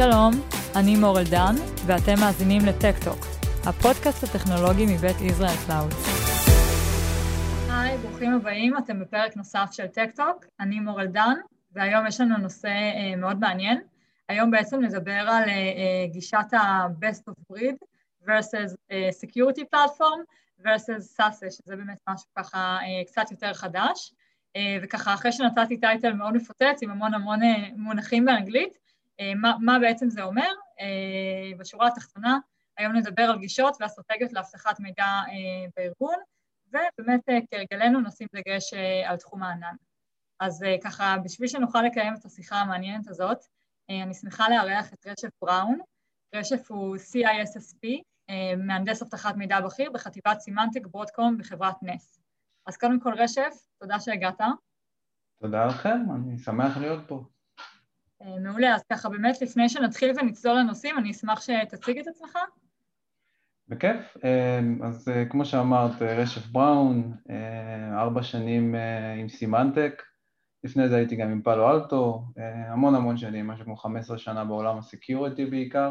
שלום, אני מור אלדן, ואתם מאזינים לטק-טוק, הפודקאסט הטכנולוגי מבית ישראל קלאוד. היי, ברוכים הבאים, אתם בפרק נוסף של טק-טוק, אני מור אלדן, והיום יש לנו נושא מאוד מעניין. היום בעצם נדבר על גישת ה-Best of Breed versus Security Platform versus SASE, שזה באמת משהו ככה קצת יותר חדש, וככה אחרי שנתתי טייטל מאוד מפוצץ עם המון מונחים באנגלית, מה בעצם זה אומר? בשורה התחתונה, היום נדבר על גישות ואסטרטגיות לאבטחת מידע בארגון, ובאמת כרגלנו נשים דגש על תחום הענן. אז ככה, בשביל שנוכל לקיים את השיחה המעניינת הזאת, אני שמחה לארח את רשף בראון. רשף הוא CISSP, מהנדס אבטחת מידע בכיר בחטיבת סימנטק ברודקום בחברת נס. אז קודם כל רשף, תודה שהגעת. תודה לכם, אני שמח להיות פה. מעולה, אז ככה באמת לפני שנתחיל ונצלול לנושאים, אני אשמח שתציג את עצמך. בכיף, אז כמו שאמרת, רשף בראון, 4 שנים עם סימנטק, לפני זה הייתי גם עם פאלו אלטו, המון שנים, משהו כמו 15 שנה בעולם הסקיוריטי בעיקר,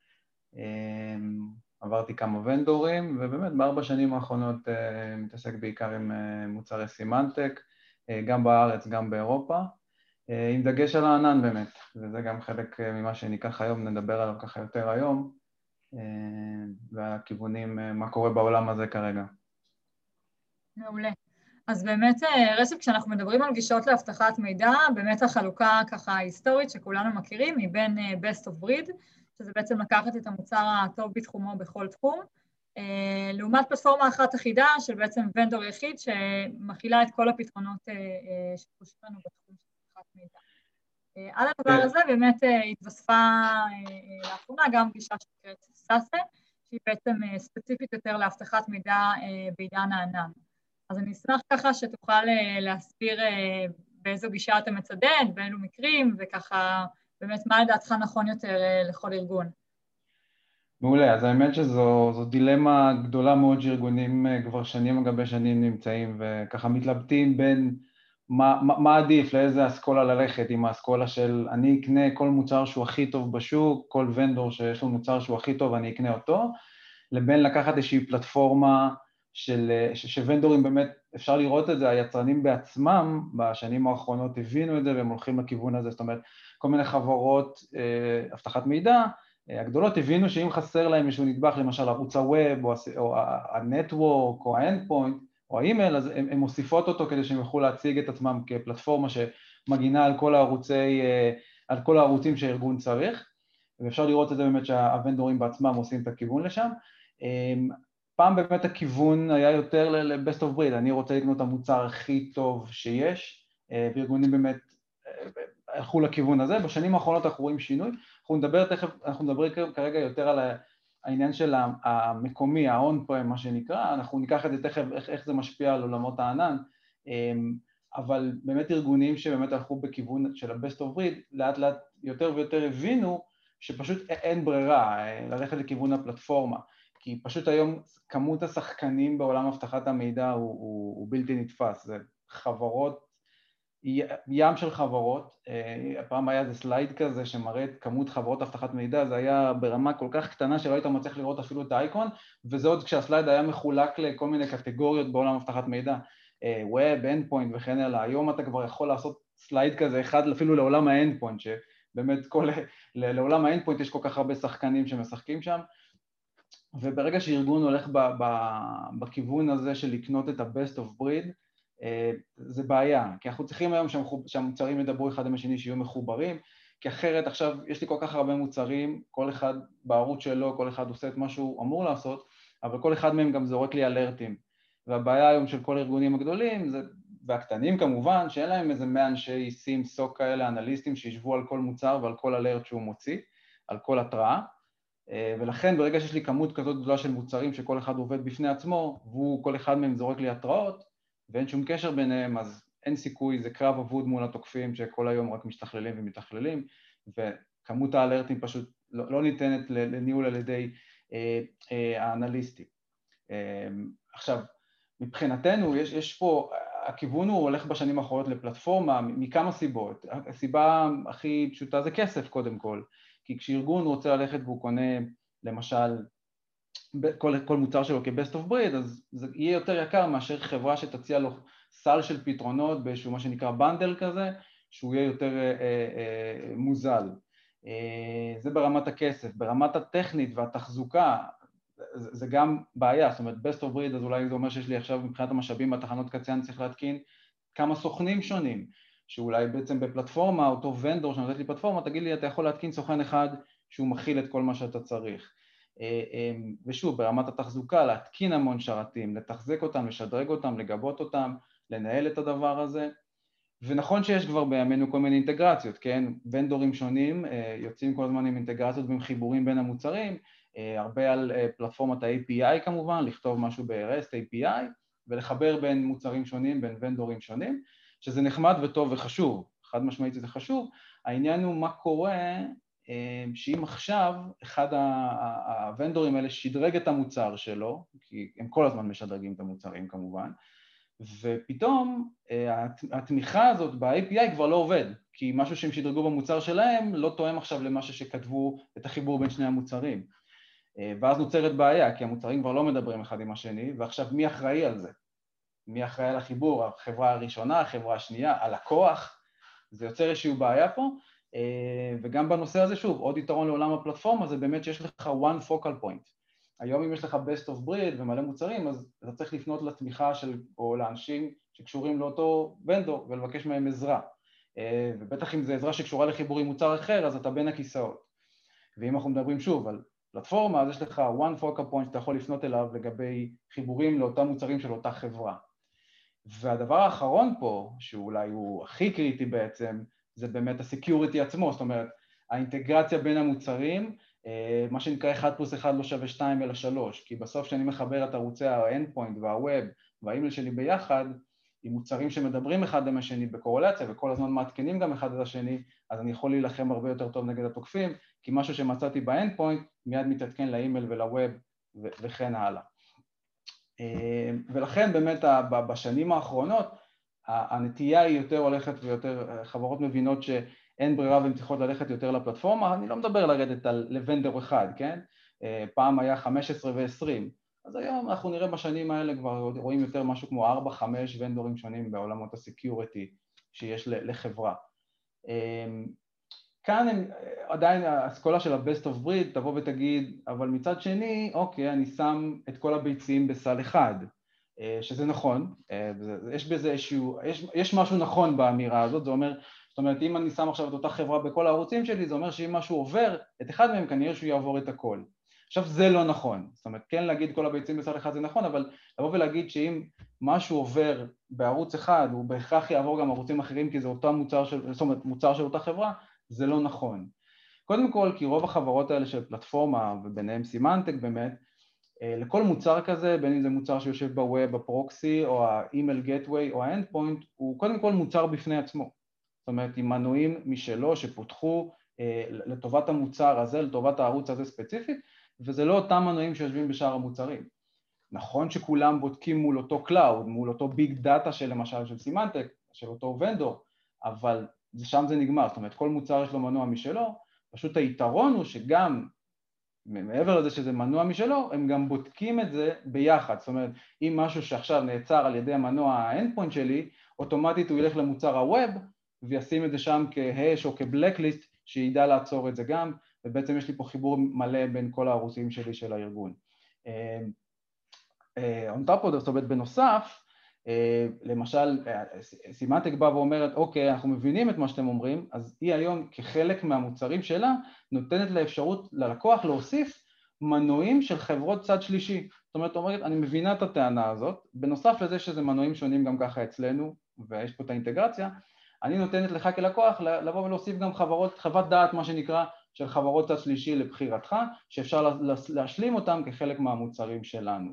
עברתי כמה ונדורים, ובאמת ב4 שנים האחרונות מתעסק בעיקר עם מוצרי סימנטק, גם בארץ, גם באירופה, עם דגש על הענן באמת, וזה גם חלק ממה שניקח היום, נדבר עליו ככה יותר היום, והכיוונים, מה קורה בעולם הזה כרגע. מעולה. אז באמת, רשף, כשאנחנו מדברים על גישות לאבטחת מידע, באמת החלוקה ככה היסטורית שכולנו מכירים, מבין Best of Breed, שזה בעצם לקחת את המוצר הטוב בתחומו בכל תחום, לעומת פלטפורמה אחת אחידה של בעצם ונדור יחיד שמכילה את כל הפתרונות שחושבים לנו בתחום של אבטחת מידע. על הדבר הזה באמת התווספה לאחרונה גם גישה שנקראת SASE, שהיא בעצם ספציפית יותר לאבטחת מידע בעידן הענן. אז אני אשמח ככה שתוכל להסביר באיזו גישה אתה מצדד, באילו מקרים, וככה באמת מה לדעתך נכון יותר לכל ארגון. מעולה, אז האמת שזו דילמה גדולה מאוד שארגונים כבר שנים אגבי שנים נמצאים, וככה מתלבטים בין מה עדיף, לאיזה אסכולה ללכת, עם האסכולה של אני אקנה כל מוצר שהוא הכי טוב בשוק, כל ונדור שיש לו מוצר שהוא הכי טוב אני אקנה אותו, לבין לקחת איזושהי פלטפורמה שוונדורים באמת, אפשר לראות את זה, היצרנים בעצמם בשנים האחרונות הבינו את זה והם הולכים לכיוון הזה, זאת אומרת, כל מיני חברות אבטחת מידע, הגדולות הבינו שאם חסר להם איזשהו נדבך, למשל ערוץ הווב או הנטוורק או האנדפוינט או האימייל, אז הם מוסיפות אותו כדי שהם יוכלו להציג את עצמם כפלטפורמה שמגינה על כל הערוצים שהארגון צריך, ואפשר לראות את זה באמת שהוונדורים בעצמם עושים את הכיוון לשם. פעם באמת הכיוון היה יותר ל-Best of Breed, אני רוצה לקנות את המוצר הכי טוב שיש, וארגונים באמת הלכו לכיוון הזה. בשנים האחרונות אנחנו רואים שינוי, אנחנו נדבר כרגע יותר על העניין של המקומי, ה-on-prem מה שנקרא, אנחנו ניקח את זה תכף איך זה משפיע על עולמות הענן, אבל באמת ארגונים שבאמת הלכו בכיוון של ה-Best of Breed, לאט לאט יותר ויותר הבינו שפשוט אין ברירה ללכת לכיוון הפלטפורמה, כי פשוט היום כמות השחקנים בעולם אבטחת המידע הוא בלתי נתפס, זה חברות, ים של חברות, הפעם היה איזה סלייד כזה שמראה את כמות חברות אבטחת מידע, זה היה ברמה כל כך קטנה שלא היית מצליח לראות אפילו את האייקון, וזה עוד כשהסלייד היה מחולק לכל מיני קטגוריות בעולם אבטחת מידע, ווב, אנדפוינט וכן הלאה, היום אתה כבר יכול לעשות סלייד כזה אחד אפילו לעולם האנדפוינט, שבאמת לעולם האנדפוינט יש כל כך הרבה שחקנים שמשחקים שם, וברגע שארגון הולך בכיוון הזה של לקנות את ה-Best of Breed, זה בעיה, כי אנחנו צריכים היום שהמוצרים ידברו אחד עם השני שיהיו מחוברים, כי אחרת עכשיו יש לי כל כך הרבה מוצרים, כל אחד בערוץ שלו, כל אחד עושה את מה שהוא אמור לעשות, אבל כל אחד מהם גם זורק לי אלרטים, והבעיה היום של כל הארגונים הגדולים, והקטנים כמובן, שאין להם איזה 100 אנשי סים סוק כאלה, אנליסטים שישבו על כל מוצר ועל כל אלרט שהוא מוציא, על כל התראה, ולכן ברגע שיש לי כמות כזאת גדולה של מוצרים שכל אחד עובד בפני עצמו, וכל אחד מהם זורק לי התראות, ואין שום קשר ביניהם, אז אין סיכוי, זה קרב אבוד מול התוקפים שכל היום רק משתכללים ומתכללים, וכמות האלרטים פשוט לא ניתנת לניהול על ידי האנליסטים. עכשיו, מבחינתנו יש פה, הכיוון הוא הולך בשנים האחרונות לפלטפורמה מכמה סיבות. הסיבה הכי פשוטה זה כסף קודם כל, כי כשארגון רוצה ללכת והוא קונה למשל כל מוצר שלו כ-best of breed, אז זה יהיה יותר יקר מאשר חברה שתציע לו סל של פתרונות באיזשהו מה שנקרא בנדל כזה, שהוא יהיה יותר מוזל. זה ברמת הכסף. ברמת הטכנית והתחזוקה, זה גם בעיה, זאת אומרת best of breed, אז אולי זה אומר שיש לי עכשיו מבחינת המשאבים בתחנות קצה אני צריך להתקין כמה סוכנים שונים, שאולי בעצם בפלטפורמה, אותו ונדור שנותנת לי פלטפורמה, תגיד לי, אתה יכול להתקין סוכן אחד שהוא מכיל את כל מה שאתה צריך. ושוב, ברמת התחזוקה, להתקין המון שרתים, לתחזק אותם, לשדרג אותם, לגבות אותם, לנהל את הדבר הזה. ונכון שיש כבר בימינו כל מיני אינטגרציות, כן? ונדורים שונים יוצאים כל הזמן עם אינטגרציות ועם חיבורים בין המוצרים, הרבה על פלטפורמת ה-API כמובן, לכתוב משהו ב-REST API, ולחבר בין מוצרים שונים, בין ונדורים שונים, שזה נחמד וטוב וחשוב, חד משמעית זה חשוב. העניין הוא מה קורה שאם עכשיו אחד הוונדורים האלה שדרג את המוצר שלו, כי הם כל הזמן משדרגים את המוצרים כמובן, ופתאום התמיכה הזאת ב-API כבר לא עובד, כי משהו שהם שדרגו במוצר שלהם לא תואם עכשיו למשהו שכתבו את החיבור בין שני המוצרים. ואז נוצרת בעיה, כי המוצרים כבר לא מדברים אחד עם השני, ועכשיו מי אחראי על זה? מי אחראי על החיבור? החברה הראשונה, החברה השנייה, הלקוח? זה יוצר איזושהי בעיה פה, וגם בנושא הזה שוב, עוד יתרון לעולם הפלטפורמה זה באמת שיש לך one focal point. היום אם יש לך best of breed ומלא מוצרים, אז אתה צריך לפנות לתמיכה או לאנשים שקשורים לאותו ונדור ולבקש מהם עזרה. ובטח אם זו עזרה שקשורה לחיבור עם מוצר אחר, אז אתה בין הכיסאות. ואם אנחנו מדברים שוב על פלטפורמה, אז יש לך one focal point שאתה יכול לפנות אליו לגבי חיבורים לאותם מוצרים של אותה חברה. והדבר האחרון פה, שאולי הוא הכי קריטי בעצם, זה באמת הסקיוריטי עצמו, זאת אומרת, האינטגרציה בין המוצרים, מה שנקרא 1 + 1 לא שווה 2 אלא 3, כי בסוף כשאני מחבר את ערוצי ה-endpoint וה-web והאימייל שלי ביחד, עם מוצרים שמדברים אחד עם השני בקורלציה וכל הזמן מעדכנים גם אחד את השני, אז אני יכול להילחם הרבה יותר טוב נגד התוקפים, כי משהו שמצאתי ב-endpoint מיד מתעדכן לאימייל ולווב וכן הלאה. ולכן באמת בשנים האחרונות הנטייה היא יותר הולכת ויותר, חברות מבינות שאין ברירה והן צריכות ללכת יותר לפלטפורמה, אני לא מדבר לרדת לוונדור אחד, כן? פעם היה 15 ו-20, אז היום אנחנו נראה בשנים האלה כבר רואים יותר משהו כמו 4-5 ונדורים שונים בעולמות הסקיוריטי שיש לחברה. כאן עדיין האסכולה של ה-best of breed תבוא ותגיד, אבל מצד שני, אוקיי, אני שם את כל הביצים בסל אחד, שזה נכון, יש בזה איזשהו, יש משהו נכון באמירה הזאת, זה אומר, זאת אומרת, אם אני שם עכשיו את אותה חברה בכל הערוצים שלי, זה אומר שאם משהו עובר, את אחד מהם כנראה שהוא יעבור את הכל. עכשיו זה לא נכון, זאת אומרת, כן להגיד כל הביצים בסל אחד זה נכון, אבל לבוא ולהגיד שאם משהו עובר בערוץ אחד, הוא בהכרח יעבור גם ערוצים אחרים, כי זה אותו מוצר זאת אומרת, מוצר של אותה חברה, זה לא נכון. קודם כל, כי רוב החברות האלה של פלטפורמה, וביניהם סימנטק באמת, לכל מוצר כזה, בין אם זה מוצר שיושב בווב, בפרוקסי, או האימייל גטווי, או האנדפוינט, הוא קודם כל מוצר בפני עצמו. זאת אומרת, עם מנועים משלו שפותחו לטובת המוצר הזה, לטובת הערוץ הזה ספציפית, וזה לא אותם מנועים שיושבים בשאר המוצרים. נכון שכולם בודקים מול אותו קלאוד, מול אותו ביג דאטה של למשל של סימנטק, של אותו ונדור, אבל שם זה נגמר, זאת אומרת, כל מוצר יש לו מנוע משלו, פשוט היתרון הוא שגם, מעבר לזה שזה מנוע משלו, הם גם בודקים את זה ביחד, זאת אומרת, אם משהו שעכשיו נעצר על ידי המנוע האנדפוינט שלי, אוטומטית הוא ילך למוצר הווב, וישים את זה שם כהש או כבלקליסט, שידע לעצור את זה גם, ובעצם יש לי פה חיבור מלא בין כל הערוצים שלי של הארגון. on top of that, זאת אומרת, בנוסף, למשל, סימנטק באה ואומרת, אוקיי, אנחנו מבינים את מה שאתם אומרים, אז היא היום כחלק מהמוצרים שלה, נותנת לאפשרות ללקוח להוסיף מנועים של חברות צד שלישי. זאת אומרת, אני מבינה את הטענה הזאת, בנוסף לזה שזה מנועים שונים גם ככה אצלנו, ויש פה את האינטגרציה, אני נותנת לך כלקוח לבוא ולהוסיף גם חוות דעת, מה שנקרא, של חברות צד שלישי לבחירתך, שאפשר להשלים אותם כחלק מהמוצרים שלנו.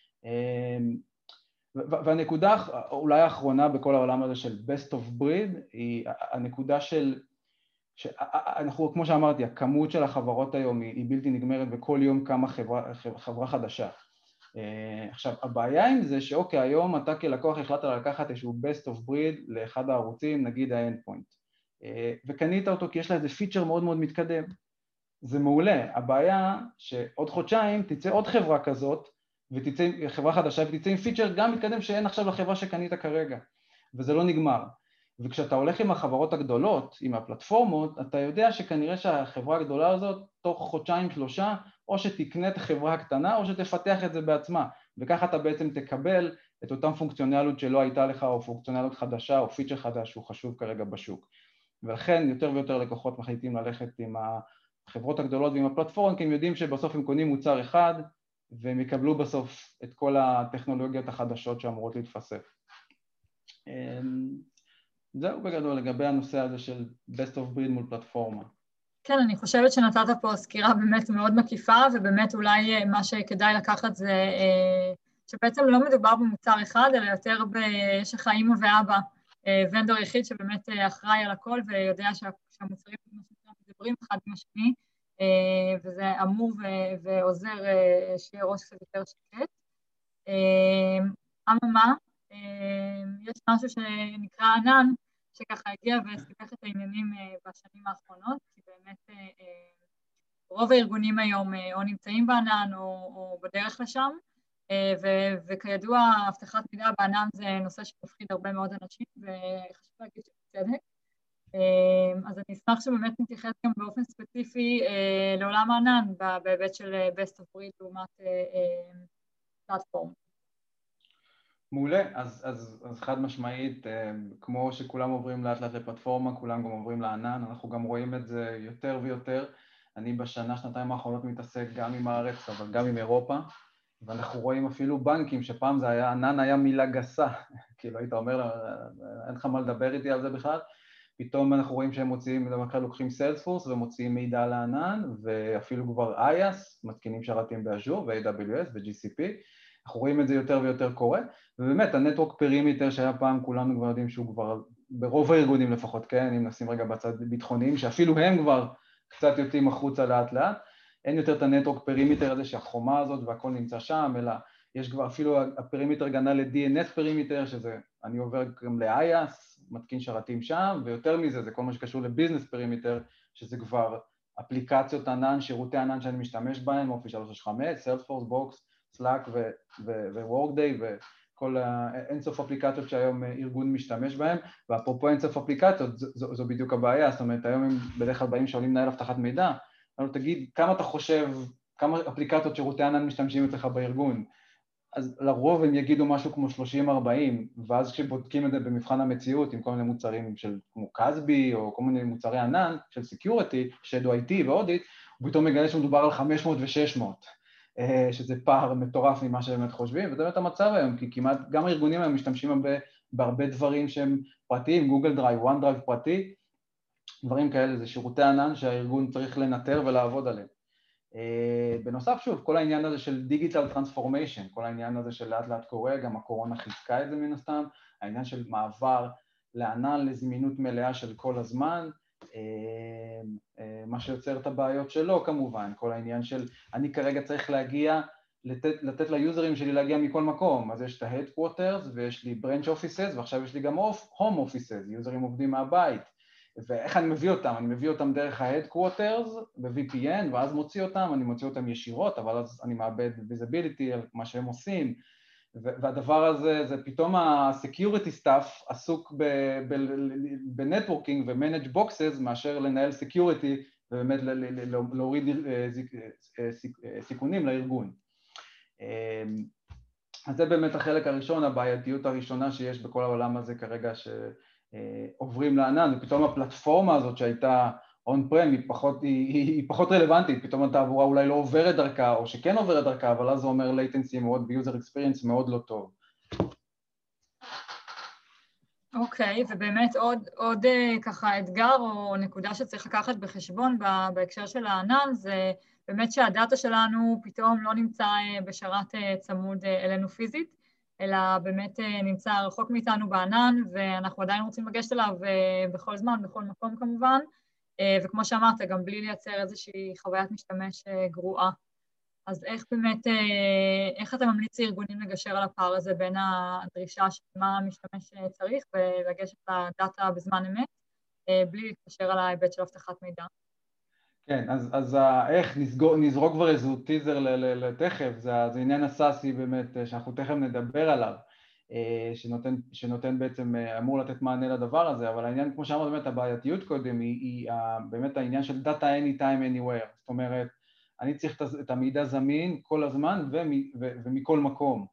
והנקודה אולי האחרונה בכל העולם הזה של best of breed היא הנקודה אנחנו, כמו שאמרתי, הכמות של החברות היום היא בלתי נגמרת וכל יום קמה חברה חדשה. עכשיו, הבעיה עם זה שאוקיי, היום אתה כלקוח החלטת לקחת איזשהו best of breed לאחד הערוצים, נגיד ה-endpoint, וקנית אותו כי יש לה איזה פיצ'ר מאוד מאוד מתקדם. זה מעולה. הבעיה שעוד חודשיים תצא עוד חברה כזאת, ותצא חברה חדשה ותצא עם פיצ'ר גם מתקדם שאין עכשיו לחברה שקנית כרגע, וזה לא נגמר. וכשאתה הולך עם החברות הגדולות, עם הפלטפורמות, אתה יודע שכנראה שהחברה הגדולה הזאת, תוך חודשיים שלושה, או שתקנה את החברה הקטנה, או שתפתח את זה בעצמה, וככה אתה בעצם תקבל את אותם פונקציונליות שלא הייתה לך, או פונקציונליות חדשה, או פיצ'ר חדש שהוא חשוב כרגע בשוק. ולכן יותר ויותר לקוחות מחליטים ללכת עם החברות הגדולות ועם הפלטפורמות, כי הם יודעים שבסוף הם קונים מוצר אחד, והם יקבלו בסוף את כל הטכנולוגיות החדשות שאמורות להתפסף. זהו בגדול לגבי הנושא הזה של best of breed מול פלטפורמה. כן, אני חושבת שנתת פה סקירה באמת מאוד מקיפה, ובאמת אולי מה שכדאי לקחת זה שבעצם לא מדובר במוצר אחד, אלא יותר יש לך אמא ואבא, ונדור יחיד שבאמת אחראי על הכל ויודע שהמוצרים מדברים אחד עם השני, וזה אמור ועוזר שיהיה ראש קצת יותר שקט. אממה, יש משהו שנקרא ענן, שככה הגיע וסיפח את העניינים בשנים האחרונות, כי באמת רוב הארגונים היום או נמצאים בענן או בדרך לשם, וכידוע, הבטחת מידע בענן זה נושא שמפחיד הרבה מאוד אנשים, וחשוב להגיד שבצדק. אז אני אשמח שבאמת נתייחס גם באופן ספציפי לעולם הענן, בהיבט של best of breed לעומת פלטפורם. מעולה, אז חד משמעית, כמו שכולם עוברים לאט לאט לפלטפורמה, כולם גם עוברים לענן, אנחנו גם רואים את זה יותר ויותר. אני שנתיים האחרונות מתעסק גם עם הארץ, אבל גם עם אירופה, ואנחנו רואים אפילו בנקים שפעם זה היה, ענן היה מילה גסה, כאילו היית אומר, אין לך מה לדבר איתי על זה בכלל, פתאום אנחנו רואים שהם מוציאים, למשל לוקחים סיילספורס ומוציאים מידע לענן, ואפילו כבר IaaS, מתקינים שרתים באז'ור ו-AWS ו-GCP, אנחנו רואים את זה יותר ויותר קורה, ובאמת הנטוורק פרימיטר שהיה פעם, כולנו כבר יודעים שהוא כבר, ברוב הארגונים לפחות, כן, אם נשים רגע בצד ביטחוניים, שאפילו הם כבר קצת יוצאים החוצה לאט לאט, אין יותר את הנטוורק פרימיטר הזה שהחומה הזאת והכל נמצא שם, אלא יש כבר אפילו הפרימיטר גנה ל-DNS פרימיטר, שזה אני עובר גם ל-IaaS, מתקין שרתים שם, ויותר מזה זה כל מה שקשור לביזנס פרימיטר, שזה כבר אפליקציות ענן, שירותי ענן שאני משתמש בהם, Office 365, Salesforce, Box, Slack ו-Workday וכל האינסוף אפליקציות שהיום ארגון משתמש בהם, ואפרופו אינסוף אפליקציות, זו בדיוק הבעיה, זאת אומרת, היום הם בדרך כלל באים שואלים מנהל אבטחת מידע, אבל תגיד, כמה אתה חושב, כמה אפליקציות שירותי ענן משתמשים אצלך בארגון? אז לרוב הם יגידו משהו כמו 30-40, ואז כשבודקים את זה במבחן המציאות, עם כל מיני מוצרים של כמו קסבי, או כל מיני מוצרי ענן של סקיוריטי, שדו IT ואודיט, הוא פתאום מגלה שמדובר על 500 ו-600, שזה פער מטורף ממה שבאמת חושבים, וזה באמת המצב היום, כי כמעט גם הארגונים היום משתמשים בהרבה דברים שהם פרטיים, גוגל דרייב, וואן דרייב פרטי, דברים כאלה, זה שירותי ענן שהארגון צריך לנטר ולעבוד עליהם. בנוסף, שוב, כל העניין הזה של דיגיטל טרנספורמיישן, כל העניין הזה של לאט לאט קורה, גם הקורונה חיזקה את זה מן הסתם, העניין של מעבר לענן לזמינות מלאה של כל הזמן, מה שיוצר את הבעיות שלו כמובן, כל העניין של אני כרגע צריך להגיע, לתת ליוזרים שלי להגיע מכל מקום, אז יש את ה-headquarters ויש לי branch offices ועכשיו יש לי גם home offices, יוזרים עובדים מהבית, ואיך אני מביא אותם? אני מביא אותם דרך ה-headquarters ב-VPN, ואז מוציא אותם, אני מוציא אותם ישירות, אבל אז אני מאבד visibility על מה שהם עושים, והדבר הזה, זה פתאום ה-security staff עסוק ב-networking ו-manage boxes, מאשר לנהל security, ובאמת להוריד סיכונים לארגון. אז זה באמת החלק הראשון, הבעייתיות הראשונה שיש בכל העולם הזה כרגע שעוברים לענן, ופתאום הפלטפורמה הזאת שהייתה on-prem היא פחות רלוונטית, פתאום התעבורה אולי לא עוברת דרכה, או שכן עוברת דרכה, אבל אז זה אומר latency מאוד, ו-user experience מאוד לא טוב. אוקיי, ובאמת עוד ככה אתגר או נקודה שצריך לקחת בחשבון בהקשר של הענן, זה באמת שהדאטה שלנו פתאום לא נמצא בשרת צמוד אלינו פיזית, אלא באמת נמצא רחוק מאיתנו בענן, ואנחנו עדיין רוצים לגשת אליו בכל זמן, בכל מקום כמובן, וכמו שאמרת, גם בלי לייצר איזושהי חוויית משתמש גרועה. אז איך באמת, איך אתה ממליץ לארגונים לגשר על הפער הזה בין הדרישה של מה המשתמש צריך ולגשת לדאטה בזמן אמת, בלי להתקשר על ההיבט של הבטחת מידע? כן, אז איך נזרוק כבר איזו טיזר לתכף, זה עניין הסאסי באמת, שאנחנו תכף נדבר עליו, שנותן בעצם, אמור לתת מענה לדבר הזה, אבל העניין, כמו שאמרת, באמת הבעייתיות קודם, היא באמת העניין של Data Anytime Anywhere, זאת אומרת, אני צריך את המידע זמין כל הזמן ומכל מקום,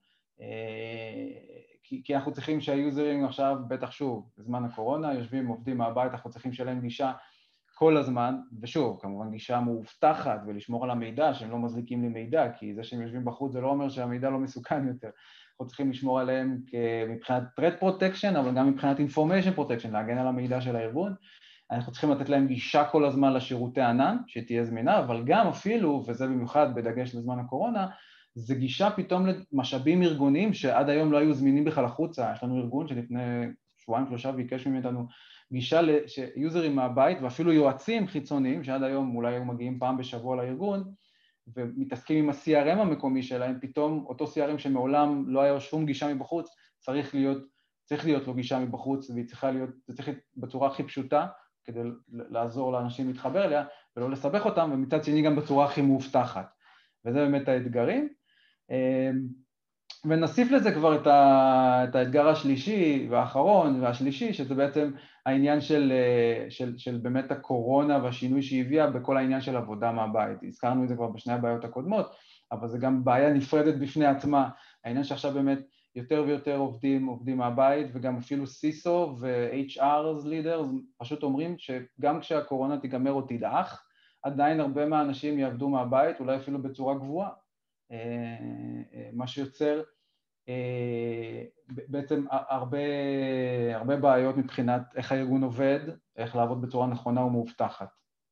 כי אנחנו צריכים שהיוזרים עכשיו, בטח שוב, בזמן הקורונה, יושבים, עובדים מהבית, אנחנו צריכים שלהם גישה כל הזמן, ושוב, כמובן גישה מאובטחת ולשמור על המידע, שהם לא מזליקים לי מידע, כי זה שהם יושבים בחוץ זה לא אומר שהמידע לא מסוכן יותר. אנחנו צריכים לשמור עליהם מבחינת threat protection, אבל גם מבחינת information protection, להגן על המידע של הארגון. אנחנו צריכים לתת להם גישה כל הזמן לשירותי ענן, שתהיה זמינה, אבל גם אפילו, וזה במיוחד בדגש לזמן הקורונה, זה גישה פתאום למשאבים ארגוניים שעד היום לא היו זמינים בכלל החוצה. יש לנו ארגון שלפני שבועיים שלושה ביקש ממנו גישה שיוזרים מהבית ואפילו יועצים חיצוניים שעד היום אולי היו מגיעים פעם בשבוע לארגון ומתעסקים עם ה-CRM המקומי שלהם, פתאום אותו CRM שמעולם לא היה שום גישה מבחוץ, צריך להיות לו גישה מבחוץ, והיא צריכה להיות, זה צריך להיות בצורה הכי פשוטה כדי לעזור לאנשים להתחבר אליה ולא לסבך אותם, ומצד שני גם בצורה הכי מאובטחת. וזה באמת האתגרים. ונוסיף לזה כבר את האתגר השלישי והאחרון והשלישי, שזה בעצם העניין של באמת הקורונה והשינוי שהביאה בכל העניין של עבודה מהבית. הזכרנו את זה כבר בשני הבעיות הקודמות, אבל זה גם בעיה נפרדת בפני עצמה. העניין שעכשיו באמת יותר ויותר עובדים מהבית, וגם אפילו CISO ו-HR's leaders פשוט אומרים שגם כשהקורונה תיגמר או תדעך, עדיין הרבה מהאנשים יעבדו מהבית, אולי אפילו בצורה גבוהה. מה שיוצר בעצם הרבה בעיות מבחינת איך הארגון עובד, איך לעבוד בצורה נכונה ומאובטחת.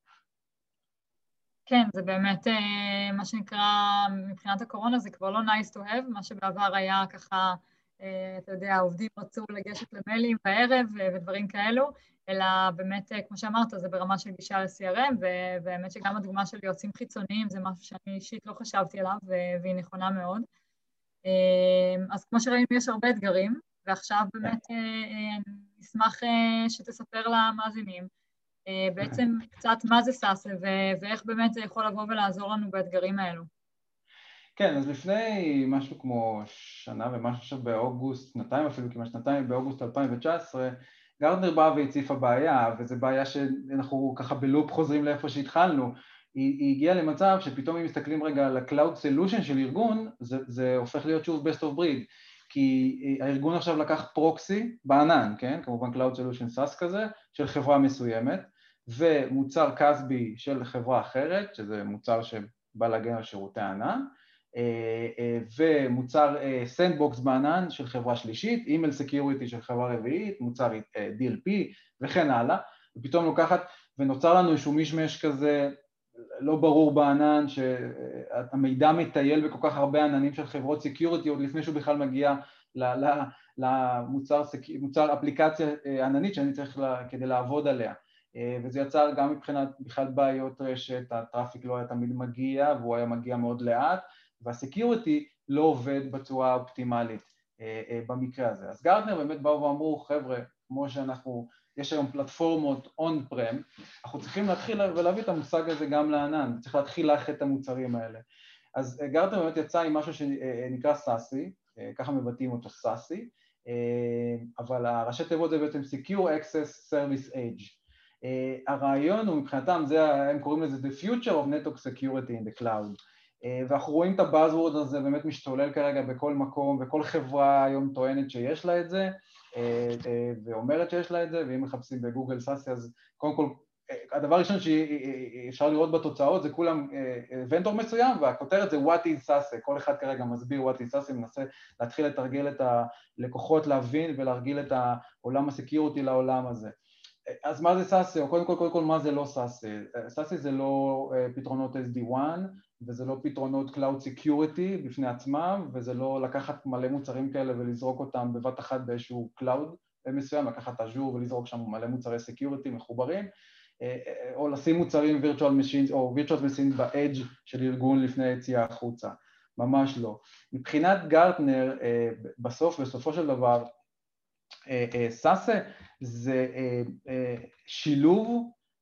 כן, זה באמת מה שנקרא, מבחינת הקורונה זה כבר לא nice to have, מה שבעבר היה ככה, אתה יודע, העובדים רצו לגשת למיילים בערב ודברים כאלו, אלא באמת, כמו שאמרת, זה ברמה של גישה ל-CRM, ובאמת שגם הדוגמה של יועצים חיצוניים זה משהו שאני אישית לא חשבתי עליו, והיא נכונה מאוד. אז כמו שראינו, יש הרבה אתגרים, ועכשיו באמת נשמח שתספר למאזינים, בעצם קצת מה זה סאסה, ואיך באמת זה יכול לבוא ולעזור לנו באתגרים האלו. כן, אז לפני משהו כמו שנה ומשהו באוגוסט, שנתיים אפילו, כמעט שנתיים, באוגוסט 2019, גרטנר באה והציפה בעיה, וזו בעיה שאנחנו ככה בלופ חוזרים לאיפה שהתחלנו. היא הגיעה למצב שפתאום אם מסתכלים רגע על ה-Cloud Solution של ארגון, זה הופך להיות שוב best of breed, כי הארגון עכשיו לקח פרוקסי בענן, כן? כמובן Cloud Solution SaaS כזה, של חברה מסוימת, ומוצר קסבי של חברה אחרת, שזה מוצר שבא להגן על שירותי ענן, ומוצר סנדבוקס בענן של חברה שלישית, אימייל סקיוריטי של חברה רביעית, מוצר DLP וכן הלאה, ופתאום לוקחת ונוצר לנו איזשהו מישמש כזה לא ברור בענן, שהמידע מטייל בכל כך הרבה עננים של חברות סקיוריטי, עוד לפני שהוא בכלל מגיע למוצר אפליקציה עננית שאני צריך כדי לעבוד עליה. וזה יצר גם מבחינת בכלל בעיות רשת, הטראפיק לא היה תמיד מגיע, והוא היה מגיע מאוד לאט, והסקיוריטי לא עובד בצורה אופטימלית במקרה הזה. אז גרטנר באמת באו ואמרו, חבר'ה, כמו שאנחנו, יש היום פלטפורמות on-prem, אנחנו צריכים להתחיל ולהביא את המושג הזה גם לענן, צריך להתחיל לאחד את המוצרים האלה. אז גרטנר באמת יצא עם משהו שנקרא סאסי, ככה מבטאים אותו סאסי, אבל הראשי תיבות זה בעצם Secure Access Service Edge. הרעיון הוא מבחינתם, הם קוראים לזה The Future of Network Security in the Cloud. ואנחנו רואים את הבאזוורד הזה באמת משתולל כרגע בכל מקום, וכל חברה היום טוענת שיש לה את זה, ואומרת שיש לה את זה, ואם מחפשים בגוגל סאסי, אז קודם כל, הדבר הראשון שאפשר לראות בתוצאות זה כולם ונדור מסוים, והכותרת זה What is SASE, כל אחד כרגע מסביר What is SASE, מנסה להתחיל לתרגל את הלקוחות להבין ולהרגיל את העולם הסקיוריטי לעולם הזה. אז מה זה סאסי, או קודם כל מה זה לא סאסי? סאסי זה לא פתרונות SD1, וזה לא פתרונות Cloud Security בפני עצמם, וזה לא לקחת מלא מוצרים כאלה ולזרוק אותם בבת אחת באיזשהו Cloud מסוים, לקחת Azure ולזרוק שם מלא מוצרי Security מחוברים, או לשים מוצרים Virtual Machines או Virtual Machines ב-Edge של ארגון לפני היציאה החוצה, ממש לא. מבחינת גרטנר, בסופו של דבר, סאסה זה שילוב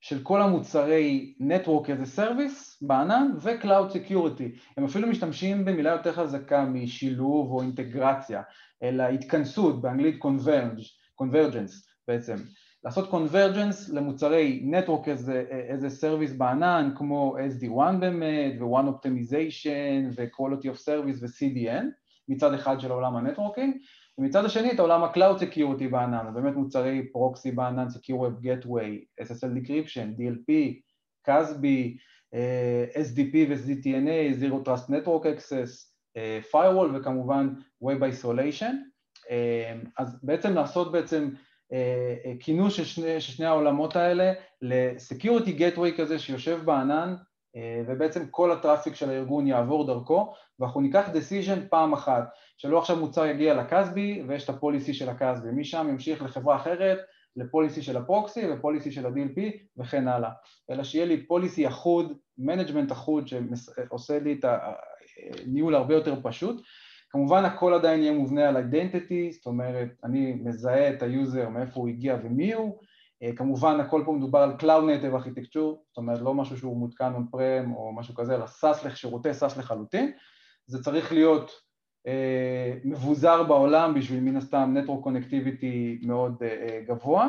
של כל המוצרי Network as a Service בענן ו-Cloud Security. הם אפילו משתמשים במילה יותר חזקה משילוב או אינטגרציה, אלא התכנסות, באנגלית Convergence בעצם. לעשות Convergence למוצרי Network as a Service בענן, כמו SD-WAN באמת, ו-One Optimization, ו-Quality of Service ו-CDN, מצד אחד של העולם הנטוורקינג, ומצד השני את העולם ה-Cloud Security בענן, באמת מוצרי פרוקסי בענן, Secure Web Gateway, SSL Decryption, DLP, CASB, SDP ו-ZTNA, Zero Trust Network Access, Firewall וכמובן Web Isolation. אז בעצם לעשות כינוס של שני העולמות האלה ל-Security Gateway כזה שיושב בענן, ובעצם כל הטראפיק של הארגון יעבור דרכו, ואנחנו ניקח decision פעם אחת, שלא עכשיו מוצר יגיע לקאסבי ויש את הפוליסי של הקאסבי, משם ימשיך לחברה אחרת, לפוליסי של הפרוקסי ופוליסי של ה-DLP וכן הלאה, אלא שיהיה לי פוליסי אחוד, מנג'מנט אחוד שעושה לי את הניהול הרבה יותר פשוט. כמובן הכל עדיין יהיה מובנה על identity, זאת אומרת אני מזהה את היוזר מאיפה הוא הגיע ומי הוא, כמובן הכל פה מדובר על Cloud Native Architecture, זאת אומרת לא משהו שהוא מותקן on-prem או משהו כזה, אלא שירותי SaaS לחלוטין, זה צריך להיות מבוזר בעולם בשביל מן הסתם Network Connectivity מאוד גבוה,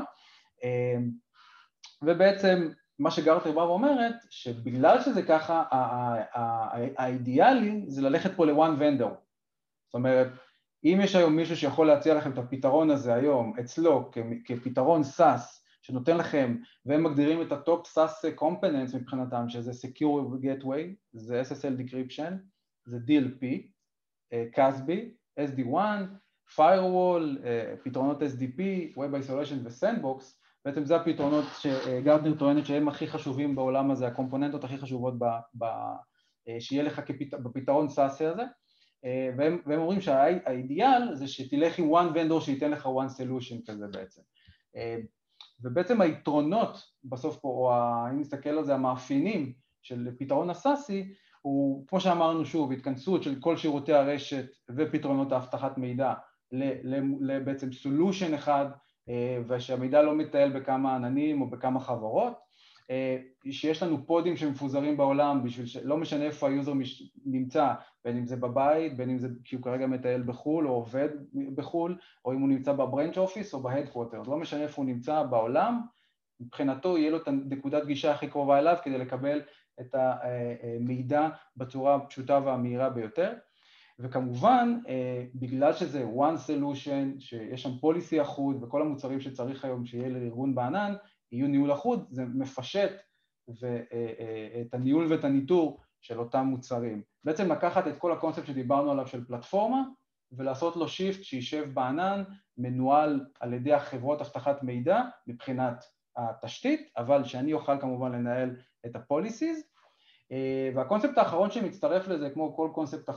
ובעצם מה שגרטנר בא ואומרת, שבגלל שזה ככה, האידיאלי זה ללכת פה ל-one vendor, זאת אומרת, אם יש היום מישהו שיכול להציע לכם את הפתרון הזה היום אצלו כפתרון SaaS, שנותן לכם, והם מגדירים את הטופ SaaS components מבחינתם, שזה Secure Gateway, זה SSL Decryption, זה DLP, CASB, SD-WAN, Firewall, פתרונות SDP, Web Isolation ו-Sandbox, בעצם זה הפתרונות שגרטנר טוענת שהם הכי חשובים בעולם הזה, הקומפוננטות הכי חשובות שיהיה לך בפתרון SaaS הזה, והם אומרים שהאידיאל זה שתלך עם one vendor שייתן לך one solution כזה בעצם. ובעצם היתרונות בסוף פה, או אם נסתכל על זה, המאפיינים של פתרון הסאסי, הוא כמו שאמרנו שוב, התכנסות של כל שירותי הרשת ופתרונות האבטחת מידע לבעצם solution אחד, ושהמידע לא מטייל בכמה עננים או בכמה חברות, שיש לנו פודים שמפוזרים בעולם בשביל שלא משנה איפה היוזר נמצא, בין אם זה בבית, בין אם זה כי הוא כרגע מטייל בחול או עובד בחול, או אם הוא נמצא בברנץ' אופיס או בהדקווטר, לא משנה איפה הוא נמצא בעולם, מבחינתו יהיה לו את נקודת גישה הכי קרובה אליו כדי לקבל את המידע בצורה פשוטה והמהירה ביותר, וכמובן בגלל שזה one solution, שיש שם פוליסי אחוד וכל המוצרים שצריך היום שיהיה לארגון בענן, יהיו ניהול אחוד, זה מפשט את הניהול ואת הניטור של אותם מוצרים. בעצם לקחת את כל הקונספט שדיברנו עליו של פלטפורמה, ולעשות לו שיפט שישב בענן, מנוהל על ידי החברות אבטחת מידע מבחינת התשתית, אבל שאני אוכל כמובן לנהל את הפוליסיז, והקונספט האחרון שמצטרף לזה, כמו כל קונספט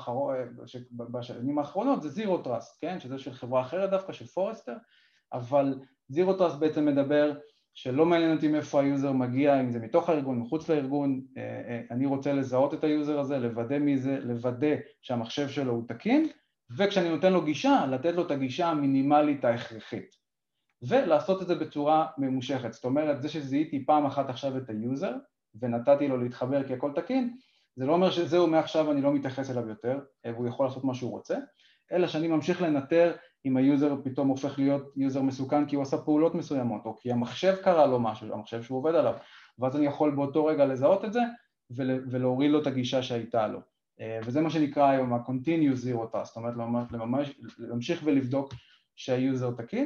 בשנים האחרונות, זה זירו טראסט, כן? שזה של חברה אחרת דווקא, של פורסטר, אבל זירו טראסט בעצם מדבר שלא מעניין אותי מאיפה היוזר מגיע, אם זה מתוך הארגון, מחוץ לארגון, אני רוצה לזהות את היוזר הזה, לוודא שהמחשב שלו הוא תקין, וכשאני נותן לו גישה, לתת לו את הגישה המינימלית ההכרחית, ולעשות את זה בצורה ממושכת. זאת אומרת, זה שזיהיתי פעם אחת עכשיו את היוזר, ונתתי לו להתחבר כי הכל תקין, זה לא אומר שזהו מעכשיו אני לא מתייחס אליו יותר, והוא יכול לעשות מה שהוא רוצה, אלא שאני ממשיך לנטר אם היוזר פתאום הופך להיות יוזר מסוכן כי הוא עשה פעולות מסוימות, או כי המחשב קרא לו משהו, המחשב שהוא עובד עליו, ואז אני יכול באותו רגע לזהות את זה, ולהוריד לו את הגישה שהייתה לו. וזה מה שנקרא היום ה-Continuous Zero Trust, זאת אומרת, להמשיך ולבדוק שהיוזר תקין.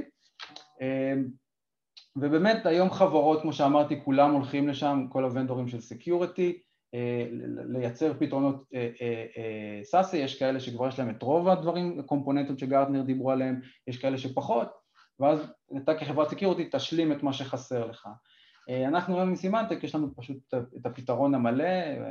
ובאמת היום חברות, כמו שאמרתי, כולם הולכים לשם, כל הוונדורים של Security, לייצר פתרונות סאסי, יש כאלה שכבר יש להם את רוב הדברים, קומפוננטות שגרטנר דיברו עליהם, יש כאלה שפחות, ואז אתה כחברת סקיוריטי תשלים את מה שחסר לך. אנחנו היום עם סימנטק, יש לנו פשוט את הפתרון המלא,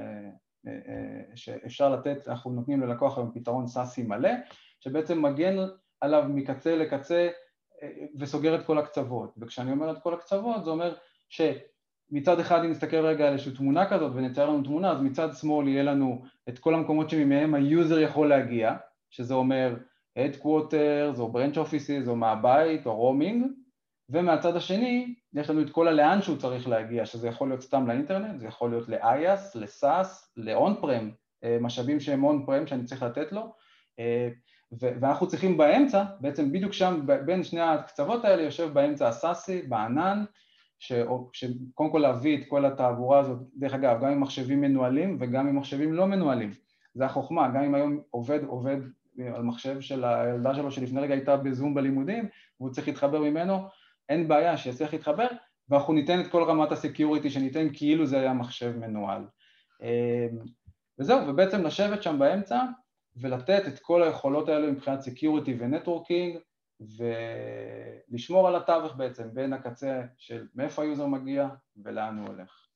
שאפשר לתת, אנחנו נותנים ללקוח היום פתרון סאסי מלא, שבעצם מגן עליו מקצה לקצה, וסוגר את כל הקצוות, וכשאני אומר את כל הקצוות, זה אומר מצד אחד אם נסתכל רגע על איזושהי תמונה כזאת ונצייר לנו תמונה, אז מצד שמאל יהיה לנו את כל המקומות שממהם היוזר יכול להגיע, שזה אומר headquarters או branch offices או מהבית או roaming, ומהצד השני, יש לנו את כל הלאן שהוא צריך להגיע, שזה יכול להיות סתם לאינטרנט, זה יכול להיות ל-IaaS, ל-SaaS, ל-on-prem, משאבים שהם on-prem שאני צריך לתת לו, ואנחנו צריכים באמצע, בעצם בדיוק שם בין שני הקצוות האלה יושב באמצע הסאסי, בענן, שקודם כל להביא את כל התעבורה הזאת, דרך אגב, גם עם מחשבים מנוהלים וגם עם מחשבים לא מנוהלים. זה החוכמה, גם אם היום עובד על מחשב של הילדה שלו שלפני רגע הייתה בזום בלימודים, והוא צריך להתחבר ממנו, אין בעיה שיצליח להתחבר, ואנחנו ניתן את כל רמת הסקיוריטי שניתן כאילו זה היה מחשב מנוהל. וזהו, ובעצם לשבת שם באמצע, ולתת את כל היכולות האלה מבחינת סקיוריטי ונטוורקינג, ולשמור על התווך בעצם בין הקצה של מאיפה היוזר מגיע ולאן הוא הולך.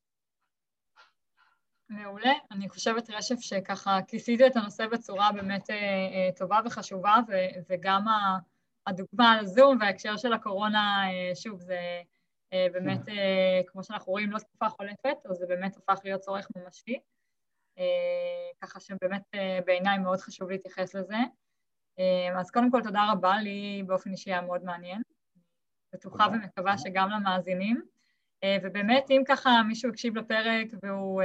מעולה, אני חושבת רשף שככה כיסיתי את הנושא בצורה באמת טובה וחשובה, וגם הדוגמה על זום וההקשר של הקורונה, שוב, זה באמת, כמו שאנחנו רואים, לא תקופה חולפת, אז זה באמת הופך להיות צורך ממשי, ככה שבאמת בעיניי מאוד חשוב להתייחס לזה. אז קודם כל תודה רבה, לי באופן אישי היה מאוד מעניין, בטוחה ומקווה שגם למאזינים, ובאמת אם ככה מישהו הקשיב לפרק והוא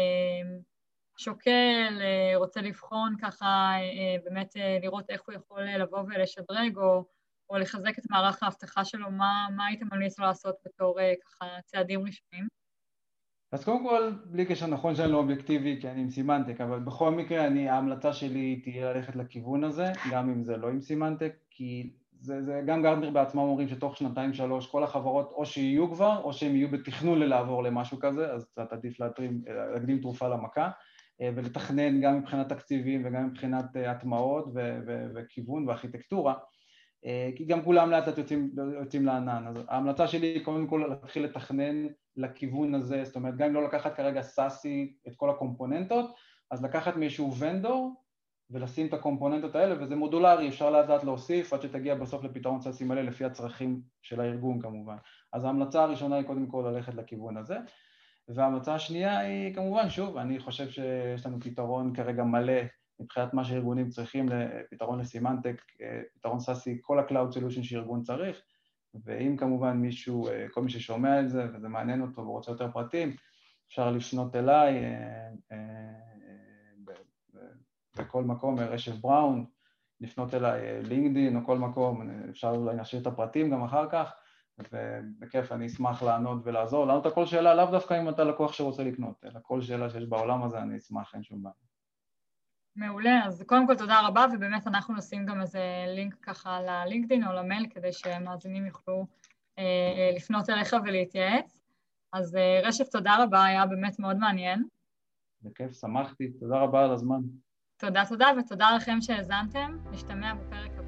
שוקל, רוצה לבחון ככה, באמת לראות איך הוא יכול לבוא ולשדרג או לחזק את מערך ההבטחה שלו, מה הייתם ממליץ לו לעשות בתור ככה צעדים ראשונים? אז קודם כל, בלי קשר נכון שאני לא אובייקטיבי, כי אני עם סימנטק, אבל בכל מקרה ההמלצה שלי תהיה ללכת לכיוון הזה, גם אם זה לא עם סימנטק, כי זה גם גרטנר בעצמם אומרים שתוך 2-3 כל החברות או שיהיו כבר, או שהם יהיו בתכנון לעבור למשהו כזה, אז קצת עדיף להקדים תרופה למכה, ולתכנן גם מבחינת תקציבים וגם מבחינת הטמעות וכיוון וארכיטקטורה, כי גם כולם לאט יוצאים לענן. אז ההמלצה שלי היא קודם כל להתחיל לתכנן לכיוון הזה, זאת אומרת, גם אם לא לקחת כרגע סאסי את כל הקומפוננטות, אז לקחת מאיזשהו ונדור ולשים את הקומפוננטות האלה, וזה מודולרי, אפשר לאט להוסיף עד שתגיע בסוף לפתרון סאסי מלא לפי הצרכים של הארגון כמובן. אז ההמלצה הראשונה היא קודם כל ללכת לכיוון הזה, וההמלצה השנייה היא כמובן, שוב, אני חושב שיש לנו פתרון כרגע מלא מבחינת מה שארגונים צריכים, פתרון לסימנטק, פתרון סאסי, כל ה-Cloud Solution שארגון צריך, ואם כמובן מישהו, כל מי ששומע את זה וזה מעניין אותו ורוצה יותר פרטים, אפשר לפנות אליי בכל מקום, רשף בראון, לפנות אליי לינקדין או כל מקום, אפשר אולי נשאיר את הפרטים גם אחר כך, ובכיף אני אשמח לענות ולעזור, לענות על כל שאלה, לאו דווקא אם אתה לקוח שרוצה לקנות, אלא כל שאלה שיש בעולם הזה אני אשמח, אין שום בעיה. מעולה, אז קודם כל תודה רבה, ובאמת אנחנו נשים גם איזה לינק ככה ללינקדין או למייל, כדי שמאזינים יוכלו לפנות אליך ולהתייעץ. אז רשף, תודה רבה, היה באמת מאוד מעניין. בכיף, שמחתי, תודה רבה על הזמן. תודה, ותודה לכם שהאזנתם, נשתמע בפרק